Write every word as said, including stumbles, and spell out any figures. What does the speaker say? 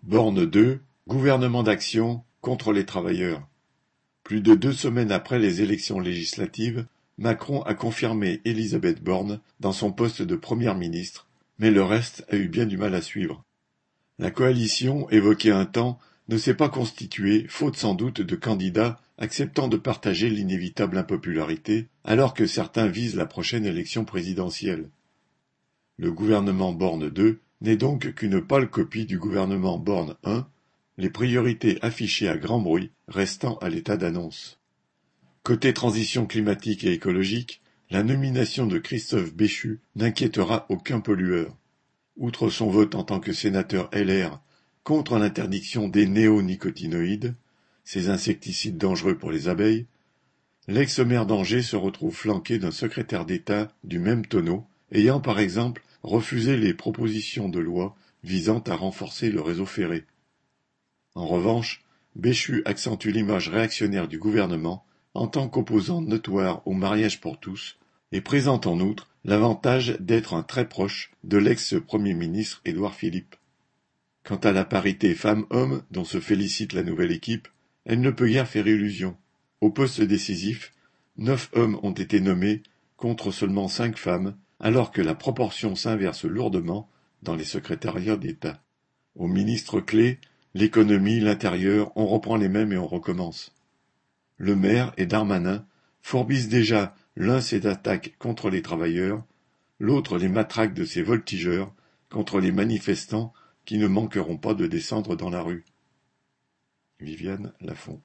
Borne deux, Gouvernement d'action contre les travailleurs. Plus de deux semaines après les élections législatives, Macron a confirmé Élisabeth Borne dans son poste de première ministre, mais le reste a eu bien du mal à suivre. La coalition, évoquée un temps, ne s'est pas constituée, faute sans doute de candidats acceptant de partager l'inévitable impopularité, alors que certains visent la prochaine élection présidentielle. Le gouvernement Borne deux n'est donc qu'une pâle copie du gouvernement Borne un, les priorités affichées à grand bruit restant à l'état d'annonce. Côté transition climatique et écologique, la nomination de Christophe Béchu n'inquiétera aucun pollueur. Outre son vote en tant que sénateur L R contre l'interdiction des néonicotinoïdes, ces insecticides dangereux pour les abeilles, l'ex-maire d'Angers se retrouve flanqué d'un secrétaire d'État du même tonneau, ayant par exemple refusé les propositions de loi visant à renforcer le réseau ferré. En revanche, Béchu accentue l'image réactionnaire du gouvernement en tant qu'opposant notoire au mariage pour tous, et présente en outre l'avantage d'être un très proche de l'ex-premier ministre Édouard Philippe. Quant à la parité femmes-hommes dont se félicite la nouvelle équipe, elle ne peut guère faire illusion. Au poste décisif, neuf hommes ont été nommés contre seulement cinq femmes, alors que la proportion s'inverse lourdement dans les secrétariats d'État. Aux ministres clés, l'économie, l'intérieur, on reprend les mêmes et on recommence. Le maire et Darmanin fourbissent déjà l'un ses attaques contre les travailleurs, l'autre les matraques de ses voltigeurs contre les manifestants qui ne manqueront pas de descendre dans la rue. Viviane Lafont.